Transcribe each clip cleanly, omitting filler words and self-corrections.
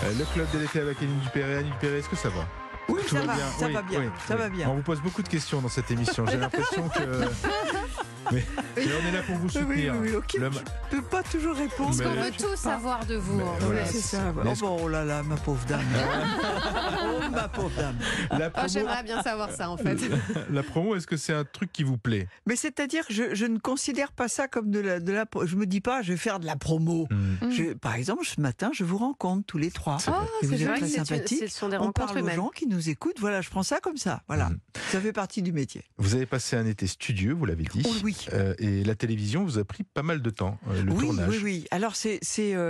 Le club de l'été avec Annie Dupéré. Annie Dupéré, est-ce que ça va? Oui, Tout ça va, bien. ça va bien, ça va bien. On vous pose beaucoup de questions dans cette émission. J'ai l'impression que... Mais on est là pour vous soutenir. Oui, ok. Je ne peux pas toujours répondre. Parce qu'on veut tout savoir de vous. Voilà, c'est ça. Oh là là, ma pauvre dame. Oh, ma pauvre dame. La promo, J'aimerais bien savoir ça, en fait. la promo, est-ce que c'est un truc qui vous plaît? Mais c'est-à-dire que je ne considère pas ça comme de la je me dis pas, je vais faire de la promo. Par exemple, ce matin, je vous rencontre tous les trois. Et vous êtes très sympathiques. Ce sont des On rencontres parle aux humaines. gens qui nous écoutent. Voilà, je prends ça comme ça. Voilà, ça fait partie du métier. Vous avez passé un été studieux, vous l'avez dit. Oh, oui. Et la télévision vous a pris pas mal de temps, le tournage. Oui. Alors, c'est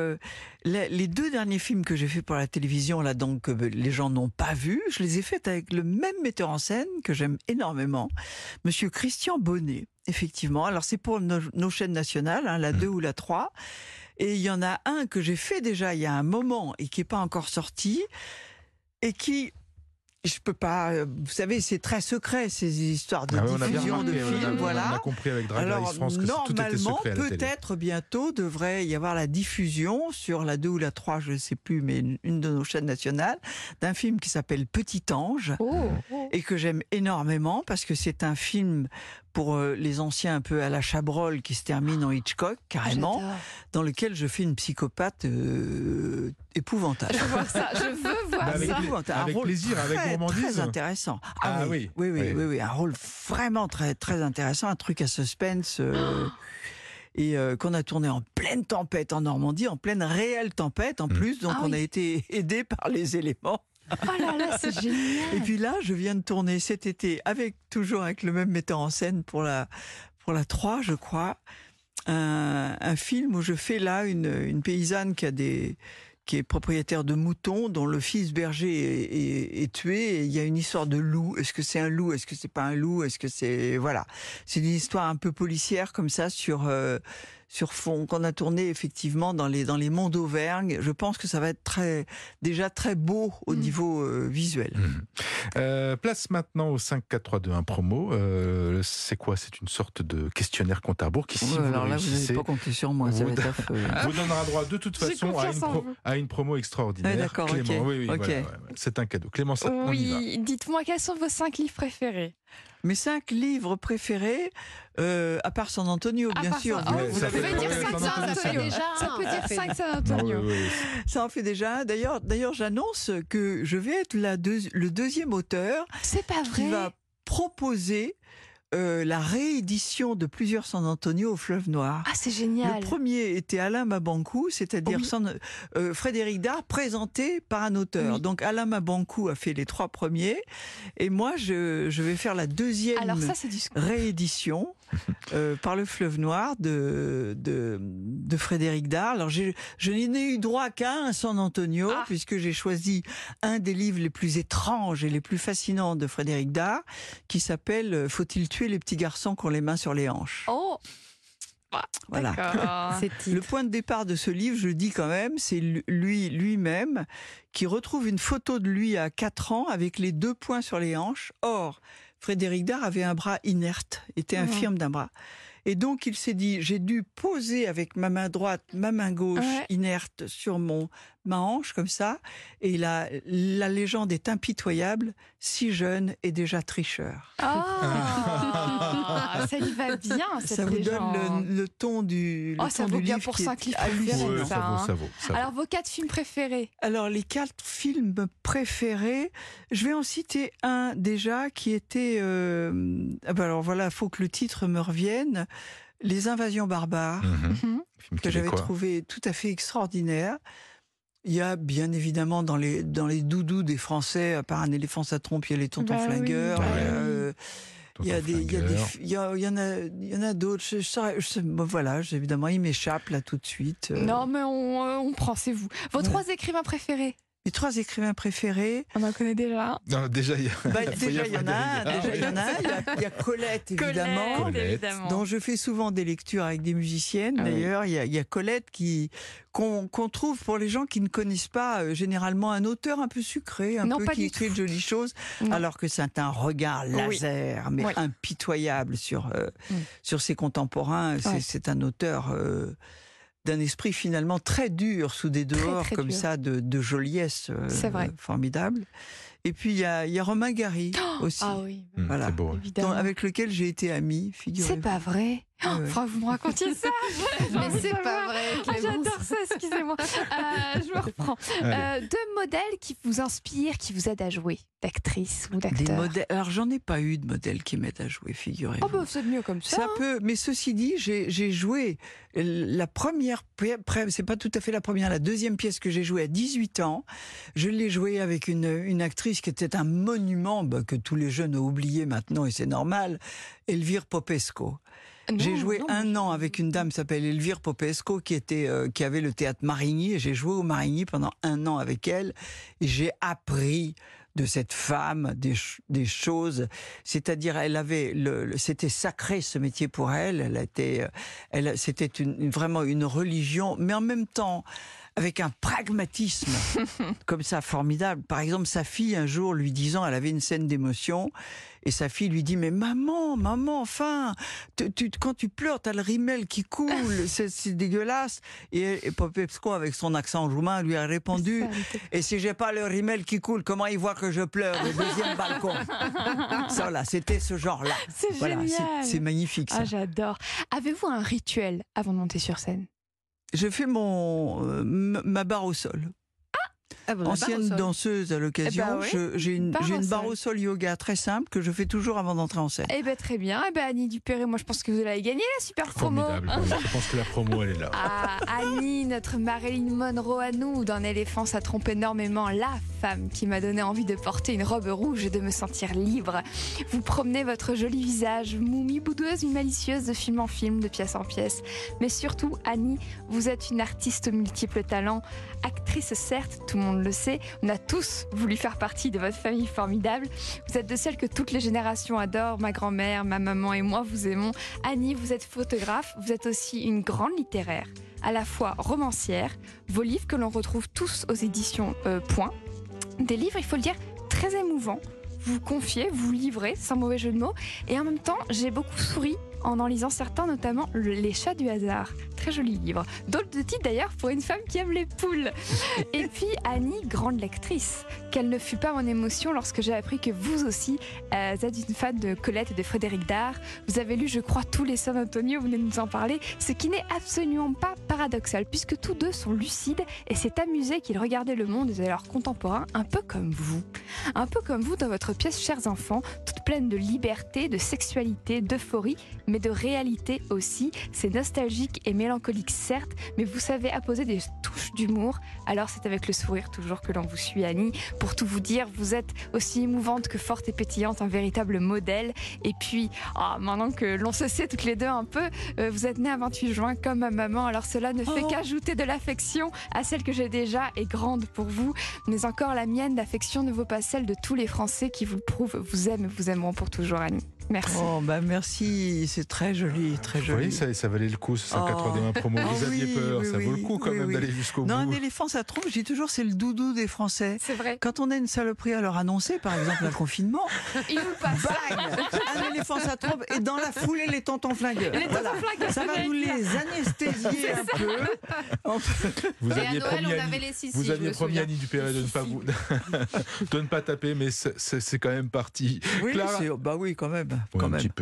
les 2 derniers films que j'ai fait pour la télévision, là, donc, que les gens n'ont pas vus, je les ai faits avec le même metteur en scène que j'aime énormément, Monsieur Christian Bonnet, effectivement. Alors, c'est pour nos chaînes nationales, hein, la 2 ou la 3. Et il y en a un que j'ai fait déjà il y a un moment et qui n'est pas encore sorti et qui... Je peux pas, vous savez, c'est très secret ces histoires de diffusion de films, voilà. On a compris avec Drag Alors, Race France que tout était normalement, secret à la télé. peut-être bientôt devrait y avoir la diffusion sur la 2 ou la 3, je ne sais plus, mais une de nos chaînes nationales, d'un film qui s'appelle Petit Ange et que j'aime énormément parce que c'est un film pour les anciens un peu à la Chabrol qui se termine en Hitchcock, carrément, dans lequel je fais une psychopathe épouvantable. Je veux voir ça, je veux voir ça. Avec plaisir, avec gourmandise. Très intéressant. Oui, un rôle vraiment très, très intéressant, un truc à suspense. Et qu'on a tourné en pleine tempête en Normandie, en pleine réelle tempête en plus, donc on a été aidé par les éléments. Oh là là, c'est génial. Et puis là, je viens de tourner cet été, toujours avec le même metteur en scène pour la 3, je crois, un film où je fais là une paysanne qui est propriétaire de moutons, dont le fils berger est tué, et il y a une histoire de loup. Est-ce que c'est un loup? Est-ce que c'est pas un loup? Est-ce que c'est... Voilà. C'est une histoire un peu policière, comme ça, sur fond, qu'on a tourné effectivement dans les monts d'Auvergne. Je pense que ça va être déjà très beau au niveau visuel. Place maintenant au 5-4-3-2-1 promo. C'est quoi? C'est une sorte de questionnaire compte à rebours qui, si alors vous là, vous n'avez pas compté sur moi, ça va être affreux. vous donnera droit de toute façon à une promo extraordinaire. D'accord, Clément, ok. oui, voilà, c'est un cadeau. Clément, on y va. Oui, dites-moi quels sont vos 5 livres préférés? Mes 5 livres préférés, à part San Antonio, bien sûr. Vous ça peut dire 5 San Antonio. Ça peut dire 5 San Antonio. Ça en fait déjà. D'ailleurs, j'annonce que je vais être le deuxième auteur C'est pas vrai. qui va proposer la réédition de plusieurs San Antonio au Fleuve Noir. Ah, c'est génial. Le premier était Alain Mabankou, c'est-à-dire Frédéric Dard présenté par un auteur. Oui. Donc Alain Mabankou a fait les 3 premiers et moi je vais faire la deuxième Alors ça, c'est du réédition par le Fleuve Noir de Frédéric Dard. Alors je n'ai eu droit qu'à un San Antonio puisque j'ai choisi un des livres les plus étranges et les plus fascinants de Frédéric Dard qui s'appelle Faut-il tuer les petits garçons qui ont les mains sur les hanches? Oh, voilà. Le point de départ de ce livre, je le dis quand même, c'est lui-même qui retrouve une photo de lui à 4 ans avec les 2 points sur les hanches. Or, Frédéric Dard avait un bras inerte, était infirme d'un bras. Et donc il s'est dit, j'ai dû poser avec ma main droite, ma main gauche inerte sur ma hanche comme ça. Et la légende est impitoyable, si jeune et déjà tricheur. Ça lui va bien, cette ça vous légende. donne le ton du ça ton vaut du bien livre pour qui est 5 livres hallucinant. préférés, Ça vaut. Alors, vos 4 films préférés? Alors, les 4 films préférés, je vais en citer un déjà qui était... alors voilà, il faut que le titre me revienne. Les invasions barbares, que j'avais trouvé tout à fait extraordinaire. Il y a bien évidemment dans les doudous des Français, à part Un éléphant ça trompe, il y a les tontons flingueurs. Il y en a d'autres. Voilà, évidemment, il m'échappe là tout de suite. Non, mais on prend, c'est vous. Vos 3 écrivains préférés? Mes 3 écrivains préférés. On en connaît déjà. Non, déjà, il y en a un. Il y a Colette, évidemment. Colette. Dont je fais souvent des lectures avec des musiciennes. D'ailleurs, il y a Colette qu'on trouve pour les gens qui ne connaissent pas généralement un auteur un peu sucré, qui écrit de jolies choses, alors que c'est un regard laser, mais impitoyable sur ses contemporains. C'est un auteur d'un esprit finalement très dur sous des dehors très comme dur. ça de joliesse C'est vrai. formidable. Et puis il y a Romain Gary aussi, Ah oui, Voilà. C'est beau. évidemment. avec lequel j'ai été amie, figurez-vous. C'est pas vrai. Ouais, ouais. Faudra que vous me racontiez ça. Mais c'est pas vrai, Ah, Clémence. j'adore ça, excusez-moi. Je me reprends. Allez. Deux modèles qui vous inspirent, qui vous aident à jouer, d'actrice ou Des d'acteur. modèles. Alors j'en ai pas eu de modèle qui m'aide à jouer, figurez-vous. Oh bah c'est mieux comme ça. Ça peut, mais ceci dit, j'ai joué la première, c'est pas tout à fait la première, la deuxième pièce que j'ai jouée à 18 ans. Je l'ai jouée avec une actrice qui était un monument que tous les jeunes ont oublié maintenant et c'est normal, Elvire Popesco. J'ai joué un an avec une dame qui s'appelle Elvire Popesco qui avait le théâtre Marigny et j'ai joué au Marigny pendant un an avec elle et j'ai appris de cette femme des choses, c'est-à-dire elle avait c'était sacré ce métier pour elle, c'était vraiment une religion, mais en même temps avec un pragmatisme comme ça formidable. Par exemple, sa fille un jour lui disant, elle avait une scène d'émotion. Et sa fille lui dit, mais maman, enfin, quand tu pleures, t'as le rimel qui coule, c'est dégueulasse. Et Popesco, avec son accent roumain, lui a répondu, et si j'ai pas le rimel qui coule, comment il voit que je pleure au deuxième balcon? Ça, là, c'était ce genre-là. C'est génial. C'est magnifique, ça. Ah, j'adore. Avez-vous un rituel avant de monter sur scène? Je fais ma barre au sol. Ah bon, la barre au Ancienne sol. danseuse à l'occasion, Eh ben oui. j'ai une Barre au barre sol. au sol yoga très simple que je fais toujours avant d'entrer en scène. Eh ben très bien. Eh ben Annie Dupéré, moi je pense que vous allez gagner la super promo. Formidable. Oui, je pense que la promo, elle est là. Ah, Annie, notre Marilyn Monroe à nous, d'un éléphant, ça trompe énormément. La femme qui m'a donné envie de porter une robe rouge et de me sentir libre. Vous promenez votre joli visage, mi-boudeuse, mi-malicieuse, de film en film, de pièce en pièce. Mais surtout, Annie, vous êtes une artiste aux multiples talents. Actrice, certes, tout le monde le sait. On a tous voulu faire partie de votre famille formidable. Vous êtes de celles que toutes les générations adorent. Ma grand-mère, ma maman et moi vous aimons. Annie, vous êtes photographe. Vous êtes aussi une grande littéraire, à la fois romancière. Vos livres que l'on retrouve tous aux éditions Point. Des livres, il faut le dire, très émouvants. Vous confiez, vous livrez, sans mauvais jeu de mots. Et en même temps, j'ai beaucoup souri en lisant certains, notamment Les Chats du hasard. Très joli livre. D'autres de titres d'ailleurs pour une femme qui aime les poules. Et puis Annie, grande lectrice. Quelle ne fut pas mon émotion lorsque j'ai appris que vous aussi êtes une fan de Colette et de Frédéric Dard. Vous avez lu, je crois, tous les San Antonio, vous venez de nous en parler, ce qui n'est absolument pas paradoxal, puisque tous deux sont lucides et c'est amusé qu'ils regardaient le monde de leurs contemporains un peu comme vous. Un peu comme vous dans votre pièce Chers enfants, toute pleine de liberté, de sexualité, d'euphorie, mais de réalité aussi. C'est nostalgique et mélancolique certes, mais vous savez apposer des touches d'humour. Alors c'est avec le sourire toujours que l'on vous suit, Annie. Pour tout vous dire, vous êtes aussi émouvante que forte et pétillante, un véritable modèle. Et puis, maintenant que l'on se sait toutes les deux un peu, vous êtes née un 28 juin comme ma maman. Alors cela ne fait qu'ajouter de l'affection à celle que j'ai déjà et grande pour vous. Mais encore la mienne, l'affection ne vaut pas celle de tous les Français qui vous le prouvent, vous aiment et vous aimeront pour toujours, Annie. Merci. Oh, merci, c'est très joli, très joli. Oui, ça valait le coup, ce 181 promo. Vous aviez peur, ça vaut le coup quand même d'aller jusqu'au bout. Non, un éléphant, ça trompe. Je dis toujours, c'est le doudou des Français. C'est vrai. Quand on a une saloperie à leur annoncer, par exemple un confinement, Il vous passe. bang, un éléphant, ça trompe. Et dans la foulée, les tontons flingueurs. Les tontons flingueurs, Ça va nous les anesthésier un peu. Vous Et à aviez Noël, promis, on Annie- avait les sissi, vous je aviez me promis souviens. Annie Dupéré de ne pas vous, de ne pas taper, mais c'est quand même parti. Oui, Clara- bah oui, quand même. Ouais, quand un même. petit peu.